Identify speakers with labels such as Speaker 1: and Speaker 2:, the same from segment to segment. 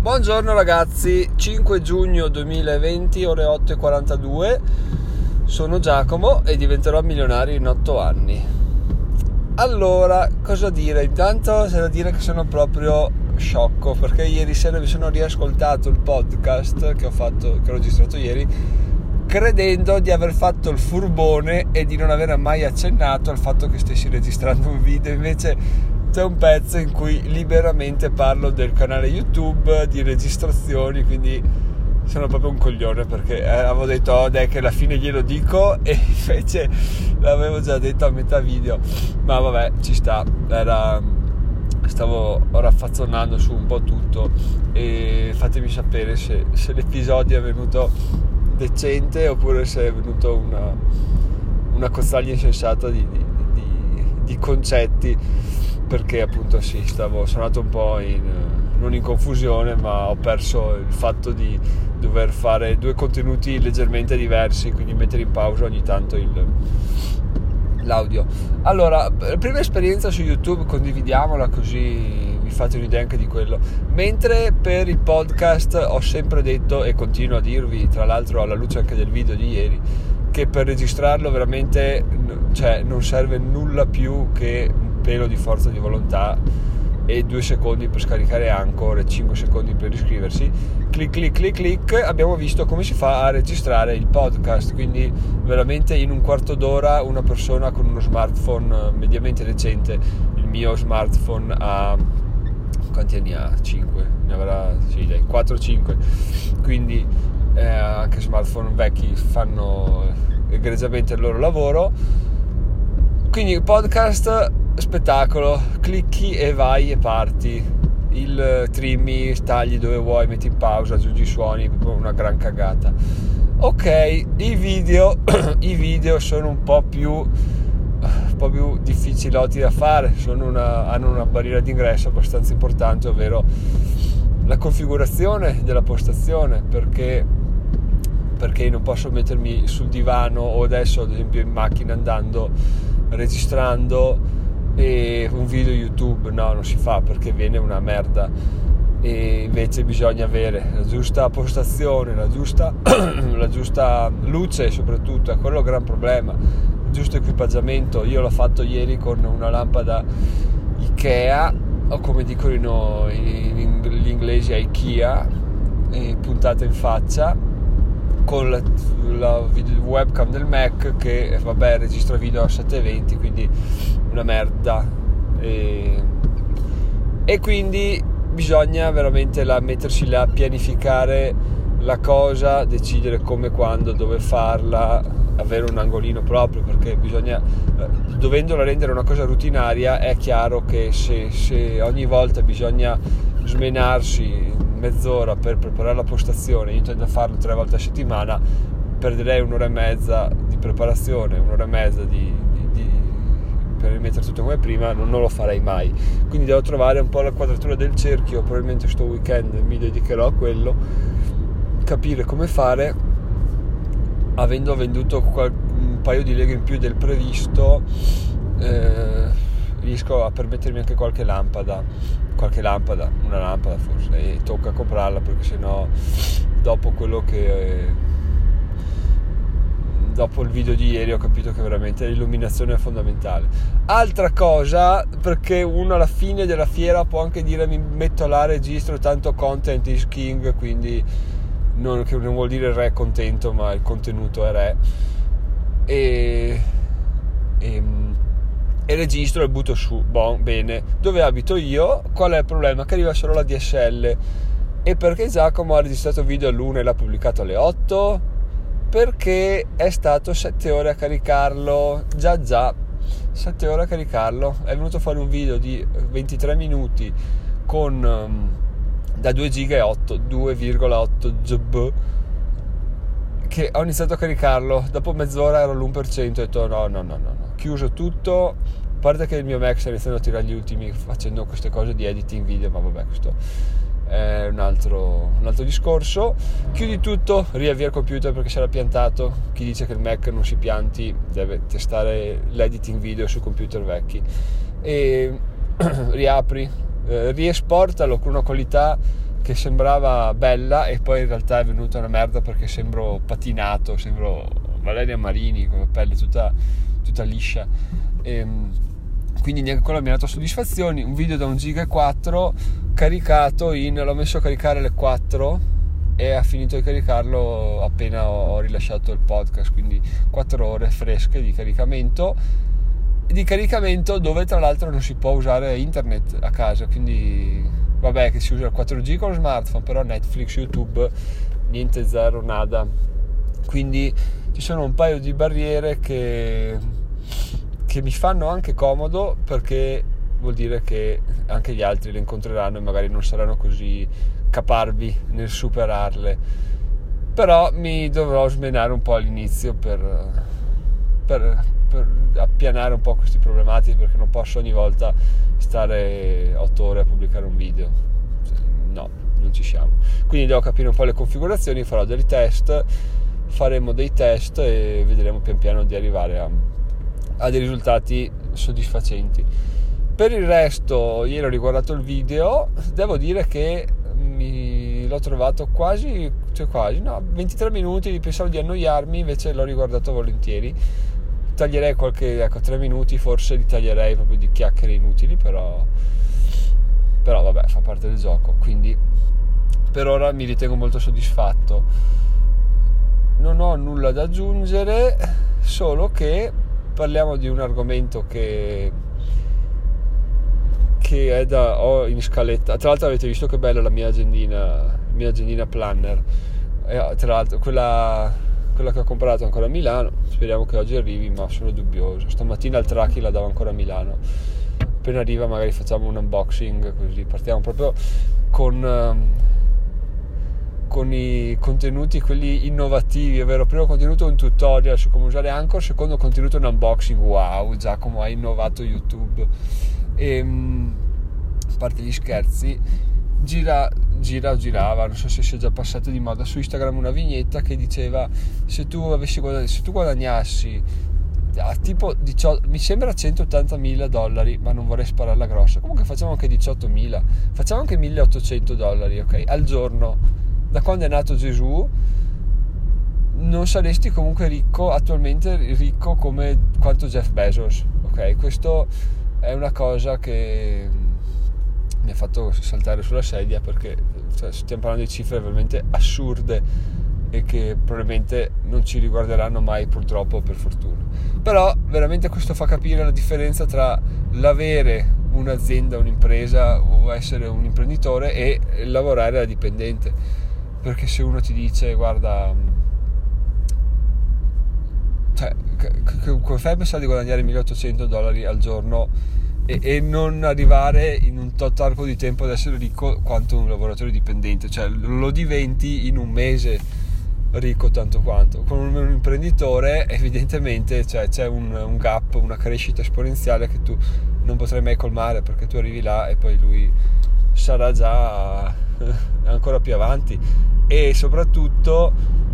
Speaker 1: Buongiorno ragazzi, 5 giugno 2020, ore 8:42. Sono Giacomo e diventerò milionario in 8 anni. Allora, cosa dire? Intanto c'è da dire che sono proprio sciocco, perché ieri sera mi sono riascoltato il podcast che ho registrato ieri, credendo di aver fatto il furbone e di non aver mai accennato al fatto che stessi registrando un video. Invece c'è un pezzo in cui liberamente parlo del canale YouTube, di registrazioni, quindi sono proprio un coglione, perché avevo detto dai che alla fine glielo dico e invece l'avevo già detto a metà video. Ma vabbè, ci sta, stavo raffazzonando su un po' tutto, e fatemi sapere se l'episodio è venuto decente oppure se è venuto una cozzaglia insensata di concetti, perché appunto sono andato un po' non in confusione, ma ho perso il fatto di dover fare due contenuti leggermente diversi, quindi mettere in pausa ogni tanto l'audio. Allora, prima esperienza su YouTube, condividiamola così vi fate un'idea anche di quello. Mentre per il podcast ho sempre detto, e continuo a dirvi, tra l'altro alla luce anche del video di ieri, che per registrarlo veramente non serve nulla più che un pelo di forza di volontà e 2 secondi per scaricare Anchor e 5 secondi per iscriversi. Clic, abbiamo visto come si fa a registrare il podcast, quindi veramente in un quarto d'ora una persona con uno smartphone mediamente decente, il mio smartphone ha quanti anni ha? 5, ne avrà 4-5, quindi anche smartphone vecchi fanno egregiamente il loro lavoro. Quindi il podcast spettacolo, clicchi e vai e parti, il trimmi, tagli dove vuoi, metti in pausa, aggiungi i suoni, proprio una gran cagata. Ok, i video sono un po' più difficilotti da fare, hanno una barriera d'ingresso abbastanza importante, ovvero la configurazione della postazione, perché non posso mettermi sul divano o adesso ad esempio in macchina andando registrando e un video YouTube, no, non si fa, perché viene una merda. E invece bisogna avere la giusta postazione, la giusta luce, soprattutto è quello il gran problema, il giusto equipaggiamento. Io l'ho fatto ieri con una lampada Ikea, o come dicono gli inglesi IKEA, puntata in faccia, con la webcam del Mac che registra video a 720, quindi una merda, e quindi bisogna veramente mettersi là, pianificare la cosa, decidere come, quando, dove farla, avere un angolino proprio, perché dovendola rendere una cosa rutinaria, è chiaro che se ogni volta bisogna smenarsi mezz'ora per preparare la postazione, io intendo farlo 3 volte a settimana, perderei 1 ora e mezza di preparazione, 1 ora e mezza per rimettere tutto come prima, non lo farei mai. Quindi devo trovare un po' la quadratura del cerchio, probabilmente sto weekend mi dedicherò a quello, capire come fare. Avendo venduto un paio di leghe in più del previsto, riesco a permettermi anche una lampada forse, e tocca comprarla, perché sennò dopo dopo il video di ieri ho capito che veramente l'illuminazione è fondamentale. Altra cosa, perché uno alla fine della fiera può anche dire mi metto là, registro, tanto content is king, quindi che non vuol dire re contento, ma il contenuto è re, e registro e butto su. Bene, dove abito io? Qual è il problema? Che arriva solo la DSL. E perché Giacomo ha registrato video all'1 e l'ha pubblicato alle 8? Perché è stato 7 ore a caricarlo. Già 7 ore a caricarlo. È venuto fuori un video di 23 minuti con da 2 giga e 2,8 GB, che ho iniziato a caricarlo, dopo mezz'ora ero all'1%, ho detto no, chiuso tutto, a parte che il mio Mac sta iniziando a tirare gli ultimi facendo queste cose di editing video, ma vabbè, questo è un altro discorso. Chiudi tutto, riavvia il computer perché si era piantato. Chi dice che il Mac non si pianti deve testare l'editing video su computer vecchi, e riapri, riesportalo con una qualità che sembrava bella e poi in realtà è venuta una merda perché sembro patinato, sembro Valeria Marini con la pelle tutta liscia, quindi neanche quello mi ha dato soddisfazioni. Un video da 1,4 giga caricato l'ho messo a caricare alle 4 e ha finito di caricarlo appena ho rilasciato il podcast, quindi 4 ore fresche di caricamento dove tra l'altro non si può usare internet a casa, quindi vabbè che si usa il 4G con lo smartphone, però Netflix, YouTube, niente, zero, nada. Quindi ci sono un paio di barriere che mi fanno anche comodo, perché vuol dire che anche gli altri le incontreranno e magari non saranno così caparbi nel superarle, però mi dovrò smenare un po' all'inizio per appianare un po' questi problematici, perché non posso ogni volta stare 8 ore a pubblicare un video, no, non ci siamo. Quindi devo capire un po' le configurazioni, faremo dei test e vedremo pian piano di arrivare a dei risultati soddisfacenti. Per il resto, ieri ho riguardato il video, devo dire che l'ho trovato quasi 23 minuti, pensavo di annoiarmi, invece l'ho riguardato volentieri. Taglierei 3 minuti forse li taglierei proprio di chiacchiere inutili, però vabbè, fa parte del gioco, quindi per ora mi ritengo molto soddisfatto. Non ho nulla da aggiungere, solo che parliamo di un argomento che ho in scaletta. Tra l'altro avete visto che bella la mia agendina planner, tra l'altro quella che ho comprato ancora a Milano, speriamo che oggi arrivi, ma sono dubbioso. Stamattina al Tracchi la davo ancora a Milano, appena arriva magari facciamo un unboxing, così partiamo proprio con i contenuti quelli innovativi, ovvero primo contenuto un tutorial su come usare Anchor, secondo contenuto un unboxing. Wow, Giacomo ha innovato YouTube. E a parte gli scherzi, girava, non so se sia già passato di moda, su Instagram una vignetta che diceva: se tu guadagnassi tipo 18, mi sembra $180.000, ma non vorrei spararla grossa, comunque facciamo anche 18.000, facciamo anche $1.800, ok, al giorno, da quando è nato Gesù, non saresti comunque attualmente ricco come quanto Jeff Bezos, ok? Questo è una cosa che mi ha fatto saltare sulla sedia, perché stiamo parlando di cifre veramente assurde e che probabilmente non ci riguarderanno mai, purtroppo, per fortuna. Però veramente questo fa capire la differenza tra l'avere un'azienda, un'impresa o essere un imprenditore e lavorare da dipendente. Perché se uno ti dice: guarda, come fai a pensare di guadagnare $1.800 al giorno e non arrivare in un tot arco di tempo ad essere ricco quanto un lavoratore dipendente? Cioè lo diventi in un mese ricco tanto quanto. Con un imprenditore evidentemente c'è un gap, una crescita esponenziale che tu non potrai mai colmare, perché tu arrivi là e poi lui sarà già ancora più avanti. E soprattutto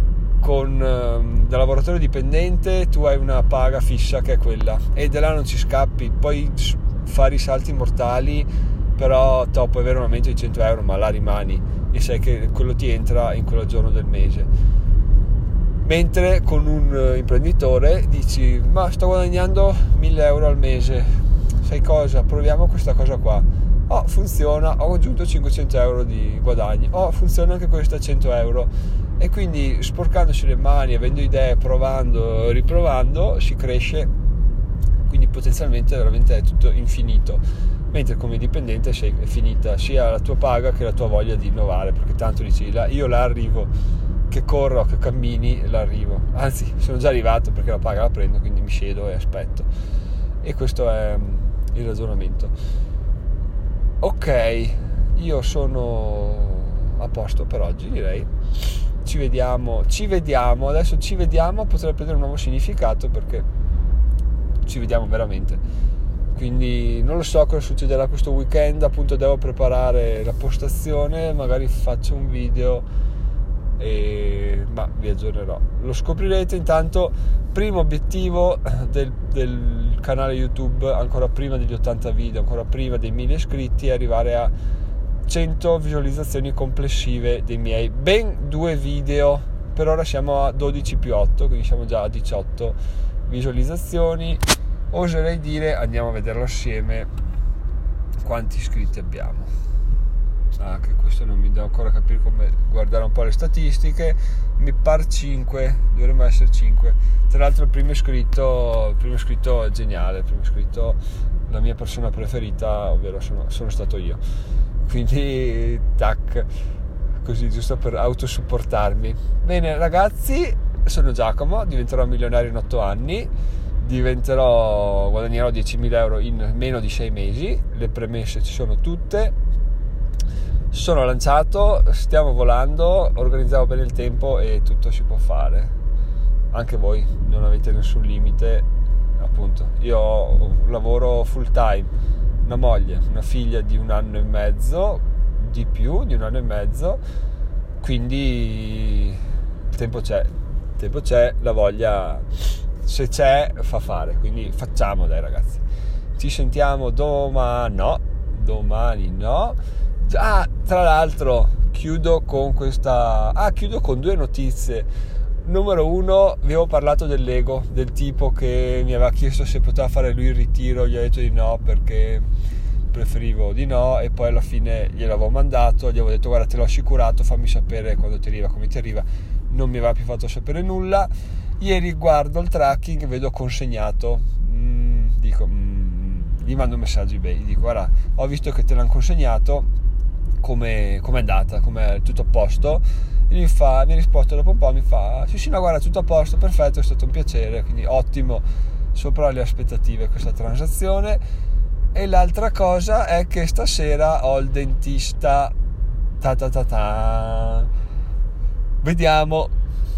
Speaker 1: da lavoratore dipendente tu hai una paga fissa che è quella, e da là non ci scappi. Poi fare i salti mortali, però puoi avere un aumento di 100 euro, ma là rimani e sai che quello ti entra in quel giorno del mese. Mentre con un imprenditore dici: ma sto guadagnando 1.000 euro al mese, sai cosa, proviamo questa cosa qua. Funziona, ho aggiunto 500 euro di guadagno, funziona anche questa, 100 euro. E quindi, sporcandosi le mani, avendo idee, provando, riprovando, si cresce. Quindi potenzialmente veramente è tutto infinito, mentre come dipendente è finita sia la tua paga che la tua voglia di innovare, perché tanto dici: io là arrivo, che corro, che cammini, l'arrivo. Anzi, sono già arrivato, perché la paga la prendo, quindi mi siedo e aspetto. E questo è il ragionamento. Ok, io sono a posto per oggi, direi. Ci vediamo, adesso ci vediamo potrebbe prendere un nuovo significato, perché ci vediamo veramente. Quindi non lo so cosa succederà questo weekend, appunto devo preparare la postazione, magari faccio un video, ma vi aggiornerò, lo scoprirete. Intanto, primo obiettivo del canale YouTube, ancora prima degli 80 video, ancora prima dei 1.000 iscritti, è arrivare a 100 visualizzazioni complessive dei miei ben 2 video. Per ora siamo a 12 più 8, quindi siamo già a 18 visualizzazioni. Oserei dire, andiamo a vederlo assieme, quanti iscritti abbiamo. Anche questo non mi devo ancora capire come guardare un po' le statistiche. Mi par 5, dovremmo essere 5. Tra l'altro il primo iscritto è geniale, il primo iscritto, la mia persona preferita, ovvero sono stato io, quindi tac, così giusto per autosupportarmi. Bene ragazzi, sono Giacomo, diventerò milionario in 8 anni, guadagnerò 10.000 euro in meno di 6 mesi, le premesse ci sono tutte. Sono lanciato, stiamo volando, organizziamo bene il tempo e tutto si può fare. Anche voi non avete nessun limite, appunto. Io ho un lavoro full time, una moglie, una figlia di 1 anno e mezzo, di più di 1 anno e mezzo, quindi il tempo c'è, la voglia, se c'è, fa fare, quindi facciamo, dai ragazzi. Ci sentiamo domani no. Tra l'altro chiudo con 2 notizie. Numero 1, vi avevo parlato dell'ego, del tipo che mi aveva chiesto se poteva fare lui il ritiro, gli ho detto di no perché preferivo di no, e poi alla fine gliel'avevo mandato, gli avevo detto guarda, te l'ho assicurato, fammi sapere quando ti arriva, come ti arriva. Non mi aveva più fatto sapere nulla. Ieri guardo il tracking, vedo consegnato, gli mando un messaggio eBay, gli dico guarda, ho visto che te l'hanno consegnato, com'è andata, com'è, tutto a posto? E mi ha risposto dopo un po', mi fa sì no guarda, tutto a posto, perfetto, è stato un piacere, quindi ottimo, sopra le aspettative questa transazione. E l'altra cosa è che stasera ho il dentista, vediamo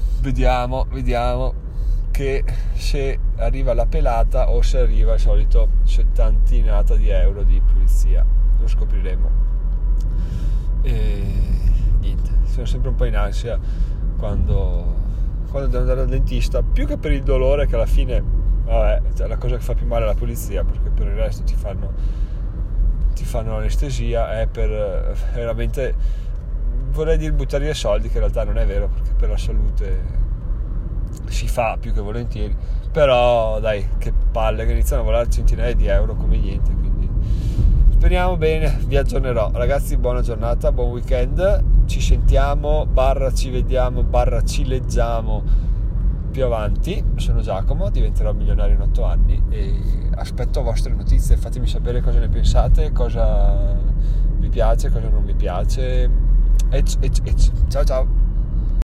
Speaker 1: che se arriva la pelata o se arriva il solito 70 di euro di pulizia, lo scopriremo. E niente, sono sempre un po' in ansia quando devo andare al dentista, più che per il dolore, che alla fine la cosa che fa più male è la pulizia, perché per il resto ti fanno l'anestesia, è per veramente, vorrei dire, buttare via soldi, che in realtà non è vero, perché per la salute si fa più che volentieri, però dai, che palle, che iniziano a volare centinaia di euro come niente, quindi speriamo bene, vi aggiornerò. Ragazzi, buona giornata, buon weekend, ci sentiamo, ci vediamo, ci leggiamo più avanti. Sono Giacomo, diventerò milionario in 8 anni e aspetto vostre notizie, fatemi sapere cosa ne pensate, cosa vi piace, cosa non vi piace. Ciao ciao.